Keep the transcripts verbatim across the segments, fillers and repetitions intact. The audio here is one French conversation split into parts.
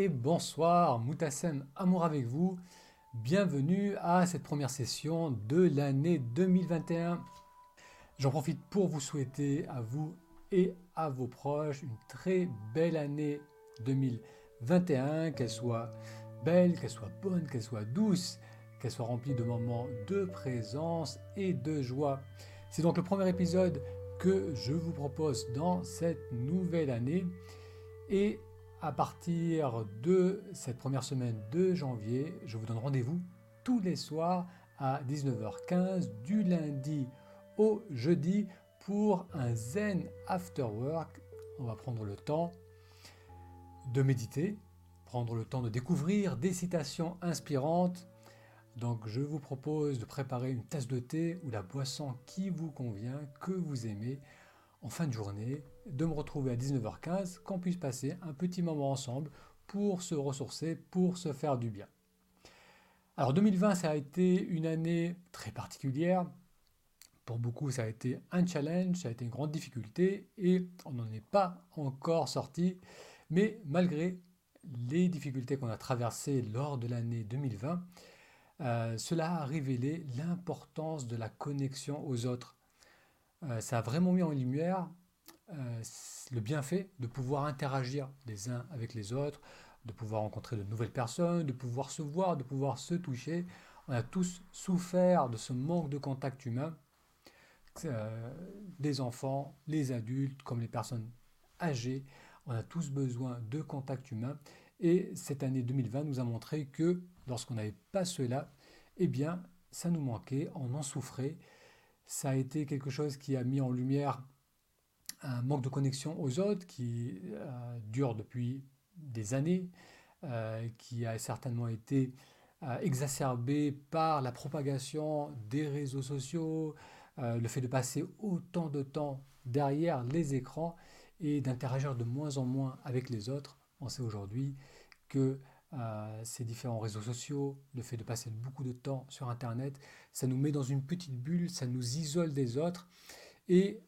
et bonsoir, Moutassem Amour avec vous. Bienvenue à cette première session de l'année deux mille vingt et un. J'en profite pour vous souhaiter à vous et à vos proches une très belle année deux mille vingt et un, qu'elle soit belle, qu'elle soit bonne, qu'elle soit douce, qu'elle soit remplie de moments de présence et de joie. C'est donc le premier épisode que je vous propose dans cette nouvelle année. Et à partir de cette première semaine de janvier, je vous donne rendez-vous tous les soirs à dix-neuf heures quinze du lundi au jeudi pour un Zen After Work. On va prendre le temps de méditer, prendre le temps de découvrir des citations inspirantes. Donc je vous propose de préparer une tasse de thé ou la boisson qui vous convient, que vous aimez, en fin de journée, de me retrouver à dix-neuf heures quinze, qu'on puisse passer un petit moment ensemble pour se ressourcer, pour se faire du bien. Alors deux mille vingt, ça a été une année très particulière. Pour beaucoup, ça a été un challenge, ça a été une grande difficulté et on n'en est pas encore sorti. Mais malgré les difficultés qu'on a traversées lors de l'année deux mille vingt, euh, cela a révélé l'importance de la connexion aux autres. Euh, ça a vraiment mis en lumière euh, le bienfait de pouvoir interagir les uns avec les autres, de pouvoir rencontrer de nouvelles personnes, de pouvoir se voir, de pouvoir se toucher. On a tous souffert de ce manque de contact humain, euh, les enfants, les adultes, comme les personnes âgées. On a tous besoin de contact humain. Et cette année deux mille vingt nous a montré que lorsqu'on n'avait pas cela, eh bien, ça nous manquait, on en souffrait. Ça a été quelque chose qui a mis en lumière un manque de connexion aux autres qui euh, dure depuis des années, euh, qui a certainement été euh, exacerbé par la propagation des réseaux sociaux, euh, le fait de passer autant de temps derrière les écrans et d'interagir de moins en moins avec les autres. On sait aujourd'hui que euh, ces différents réseaux sociaux, le fait de passer beaucoup de temps sur Internet, ça nous met dans une petite bulle, ça nous isole des autres. Et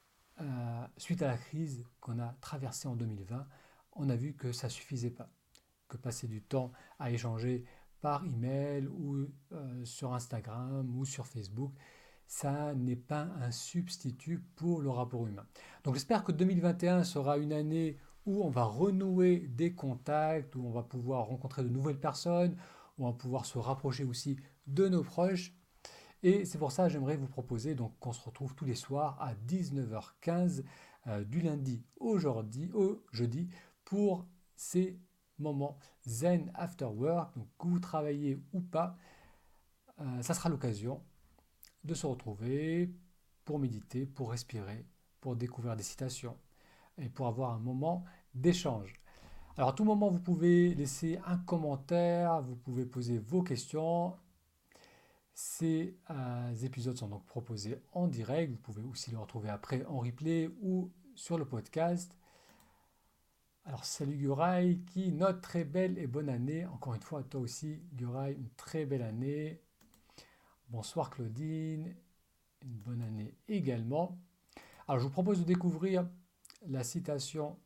euh, suite à la crise qu'on a traversée en deux mille vingt, on a vu que ça ne suffisait pas, que passer du temps à échanger par email ou euh, sur Instagram ou sur Facebook, ça n'est pas un substitut pour le rapport humain. Donc j'espère que deux mille vingt et un sera une année où on va renouer des contacts, où on va pouvoir rencontrer de nouvelles personnes, où on va pouvoir se rapprocher aussi de nos proches. Et c'est pour ça que j'aimerais vous proposer donc qu'on se retrouve tous les soirs à dix-neuf heures quinze euh, du lundi au jeudi, au jeudi pour ces moments zen after work. Donc que vous travaillez ou pas, euh, ça sera l'occasion de se retrouver pour méditer, pour respirer, pour découvrir des citations et pour avoir un moment d'échange. Alors à tout moment, vous pouvez laisser un commentaire, vous pouvez poser vos questions. Ces euh, épisodes sont donc proposés en direct. Vous pouvez aussi les retrouver après en replay ou sur le podcast. Alors salut Guray qui note très belle et bonne année. Encore une fois à toi aussi Guray, une très belle année. Bonsoir Claudine, une bonne année également. Alors je vous propose de découvrir la citation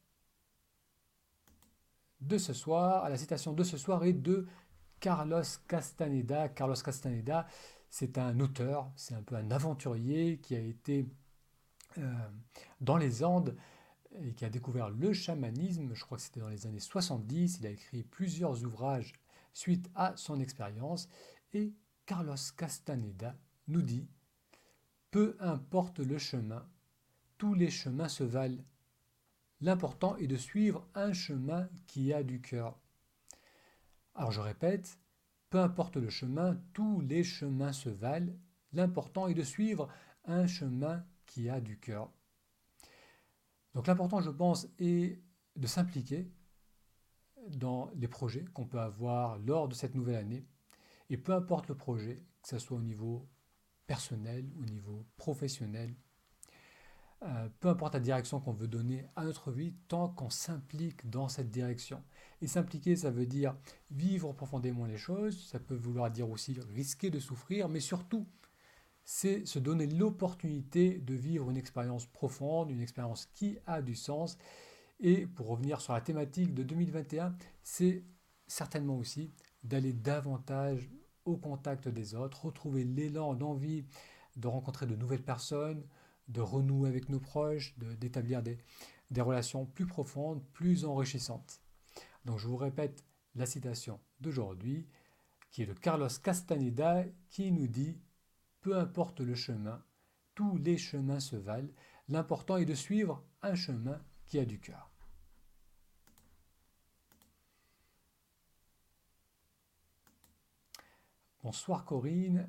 de ce soir. La citation de ce soir est de Carlos Castaneda. Carlos Castaneda, c'est un auteur, c'est un peu un aventurier qui a été euh, dans les Andes et qui a découvert le chamanisme. Je crois que c'était dans les années soixante-dix. Il a écrit plusieurs ouvrages suite à son expérience. Et Carlos Castaneda nous dit: peu importe le chemin, tous les chemins se valent. L'important est de suivre un chemin qui a du cœur. Alors je répète, peu importe le chemin, tous les chemins se valent. L'important est de suivre un chemin qui a du cœur. Donc l'important, je pense, est de s'impliquer dans les projets qu'on peut avoir lors de cette nouvelle année. Et peu importe le projet, que ce soit au niveau personnel, au niveau professionnel, euh, peu importe la direction qu'on veut donner à notre vie, tant qu'on s'implique dans cette direction. Et s'impliquer, ça veut dire vivre profondément les choses, ça peut vouloir dire aussi risquer de souffrir, mais surtout, c'est se donner l'opportunité de vivre une expérience profonde, une expérience qui a du sens. Et pour revenir sur la thématique de deux mille vingt et un, c'est certainement aussi d'aller davantage au contact des autres, retrouver l'élan, l'envie de rencontrer de nouvelles personnes, de renouer avec nos proches, de- d'établir des, des relations plus profondes, plus enrichissantes. Donc je vous répète la citation d'aujourd'hui, qui est de Carlos Castaneda, qui nous dit: peu importe le chemin, tous les chemins se valent, l'important est de suivre un chemin qui a du cœur. Bonsoir Corinne.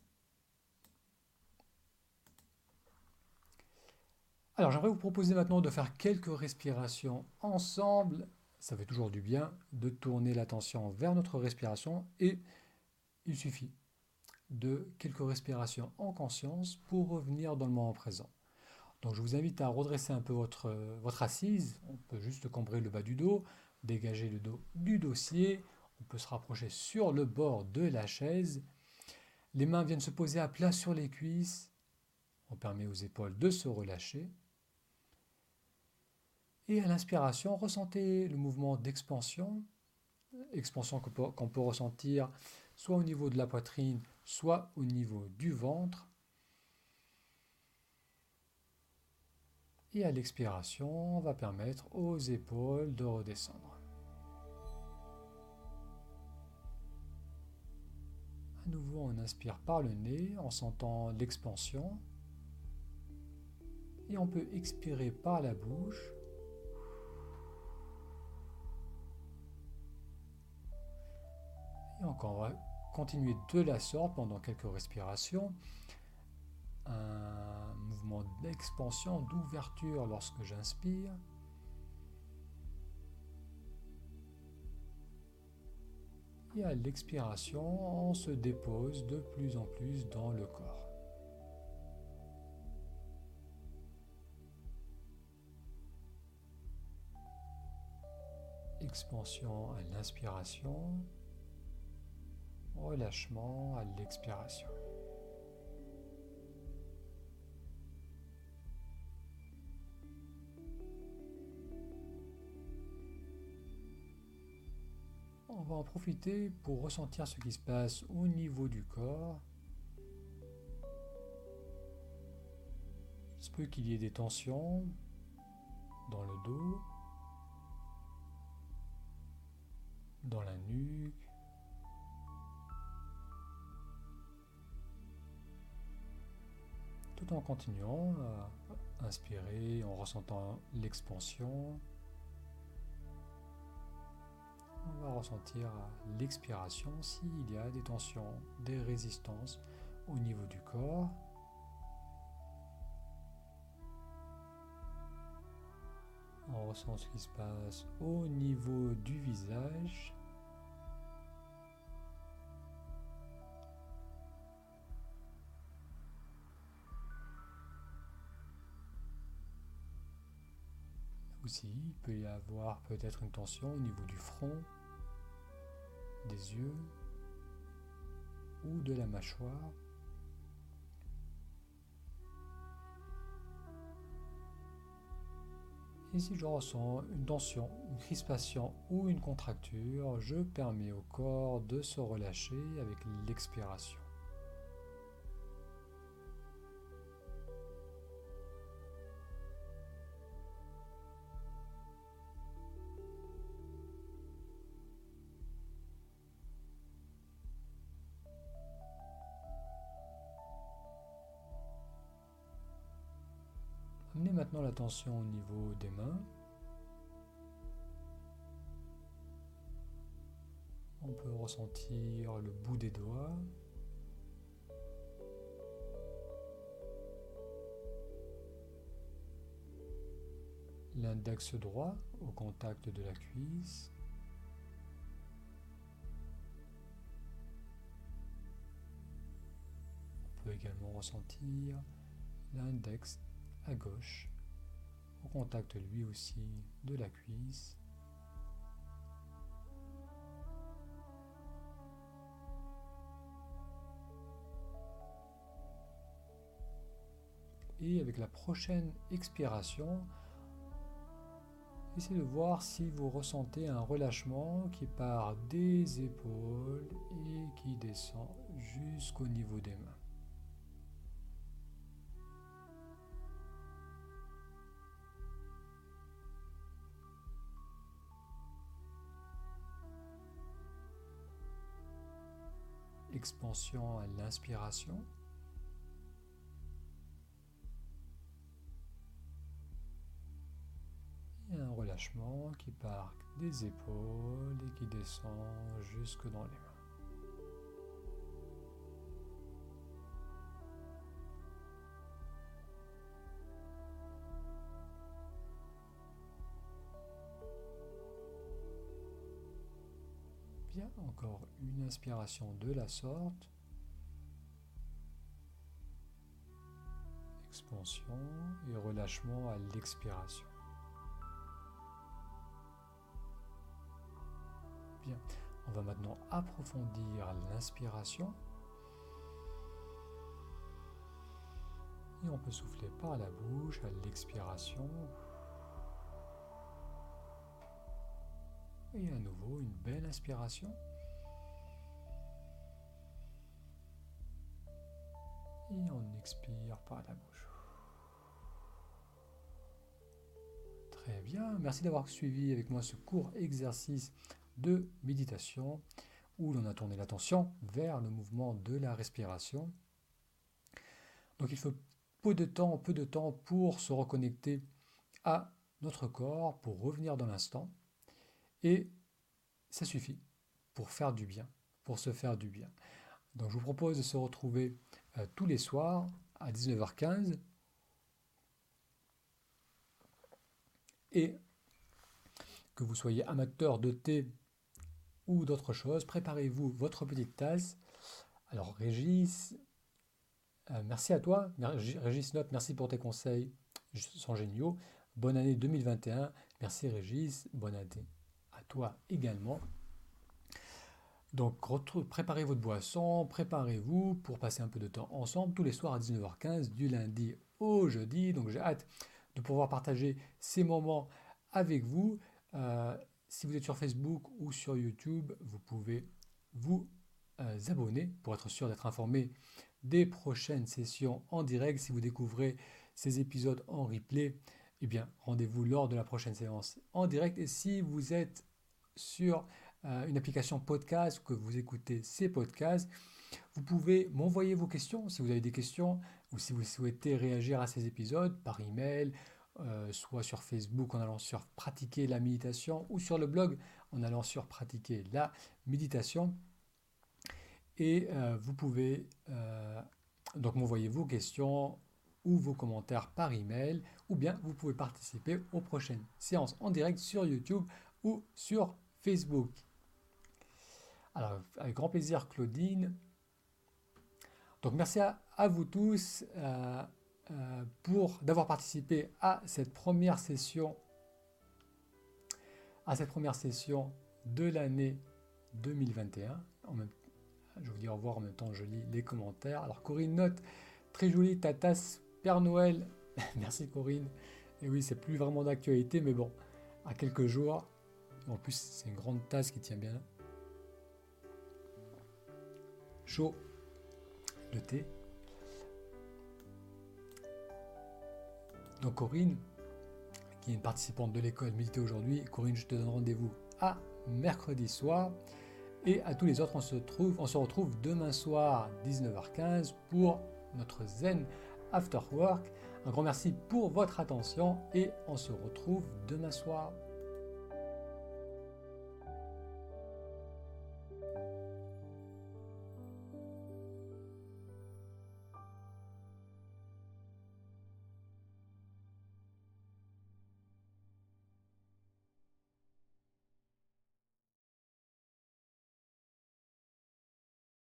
Alors j'aimerais vous proposer maintenant de faire quelques respirations ensemble. Ça fait toujours du bien de tourner l'attention vers notre respiration et il suffit de quelques respirations en conscience pour revenir dans le moment présent. Donc je vous invite à redresser un peu votre, votre assise. On peut juste cambrer le bas du dos, dégager le dos du dossier. On peut se rapprocher sur le bord de la chaise. Les mains viennent se poser à plat sur les cuisses. On permet aux épaules de se relâcher. Et à l'inspiration, ressentez le mouvement d'expansion. Expansion qu'on peut, qu'on peut ressentir soit au niveau de la poitrine, soit au niveau du ventre. Et à l'expiration, on va permettre aux épaules de redescendre. À nouveau, on inspire par le nez en sentant l'expansion. Et on peut expirer par la bouche. Et encore, on va continuer de la sorte pendant quelques respirations. Un mouvement d'expansion, d'ouverture lorsque j'inspire. Et à l'expiration, on se dépose de plus en plus dans le corps. Expansion à l'inspiration, relâchement à l'expiration. On va en profiter pour ressentir ce qui se passe au niveau du corps. Il se peut qu'il y ait des tensions dans le dos, dans la nuque, tout en continuant à inspirer, en ressentant l'expansion. On va ressentir à l'expiration s'il y a des tensions, des résistances au niveau du corps. On ressent ce qui se passe au niveau du visage. Aussi, il peut y avoir peut-être une tension au niveau du front, des yeux ou de la mâchoire. Et si je ressens une tension, une crispation ou une contracture, je permets au corps de se relâcher avec l'expiration. Amenez maintenant l'attention au niveau des mains. On peut ressentir le bout des doigts. L'index droit au contact de la cuisse. On peut également ressentir l'index à gauche au contact lui aussi de la cuisse. Et avec la prochaine expiration, Essayez de voir si vous ressentez un relâchement qui part des épaules et qui descend jusqu'au niveau des mains. Expansion à l'inspiration. Et un relâchement qui part des épaules et qui descend jusque dans les mains. Bien, encore une inspiration de la sorte. Expansion et relâchement à l'expiration. Bien, on va maintenant approfondir l'inspiration. Et on peut souffler par la bouche à l'expiration. Et à nouveau, une belle inspiration. Et on expire par la bouche. Très bien, merci d'avoir suivi avec moi ce court exercice de méditation où l'on a tourné l'attention vers le mouvement de la respiration. Donc il faut peu de temps, peu de temps pour se reconnecter à notre corps, pour revenir dans l'instant. Et ça suffit pour faire du bien, pour se faire du bien. Donc je vous propose de se retrouver euh, tous les soirs à dix-neuf heures quinze. Et que vous soyez amateur de thé ou d'autres choses, préparez-vous votre petite tasse. Alors Régis, euh, merci à toi. Régis Note, merci pour tes conseils, ils sont géniaux. Bonne année deux mille vingt et un. Merci Régis, bonne année à toi également. Donc préparez votre boisson, préparez-vous pour passer un peu de temps ensemble tous les soirs à dix-neuf heures quinze du lundi au jeudi. Donc j'ai hâte de pouvoir partager ces moments avec vous. Euh, si vous êtes sur Facebook ou sur YouTube, vous pouvez vous euh, abonner pour être sûr d'être informé des prochaines sessions en direct. Si vous découvrez ces épisodes en replay, eh bien rendez-vous lors de la prochaine séance en direct. Et si vous êtes sur euh, une application podcast, que vous écoutez ces podcasts, vous pouvez m'envoyer vos questions si vous avez des questions ou si vous souhaitez réagir à ces épisodes par email, euh, soit sur Facebook en allant sur pratiquer la méditation ou sur le blog en allant sur pratiquer la méditation. Et euh, vous pouvez euh, donc m'envoyer vos questions ou vos commentaires par email, ou bien vous pouvez participer aux prochaines séances en direct sur YouTube ou sur Facebook. Alors, avec grand plaisir, Claudine. Donc, merci à, à vous tous euh, euh, pour d'avoir participé à cette première session, à cette première session de l'année deux mille vingt et un. En même, je vous dis au revoir en même temps, je lis les commentaires. Alors, Corinne note, très jolie ta tasse Père Noël. Merci Corinne. Et oui, c'est plus vraiment d'actualité, mais bon, à quelques jours. En plus, c'est une grande tasse qui tient bien. Chaud de thé. Donc Corinne, qui est une participante de l'école Méditer aujourd'hui, Corinne, je te donne rendez-vous à mercredi soir. Et à tous les autres, on se, trouve, on se retrouve demain soir, dix-neuf heures quinze, pour notre Zen After Work. Un grand merci pour votre attention et on se retrouve demain soir.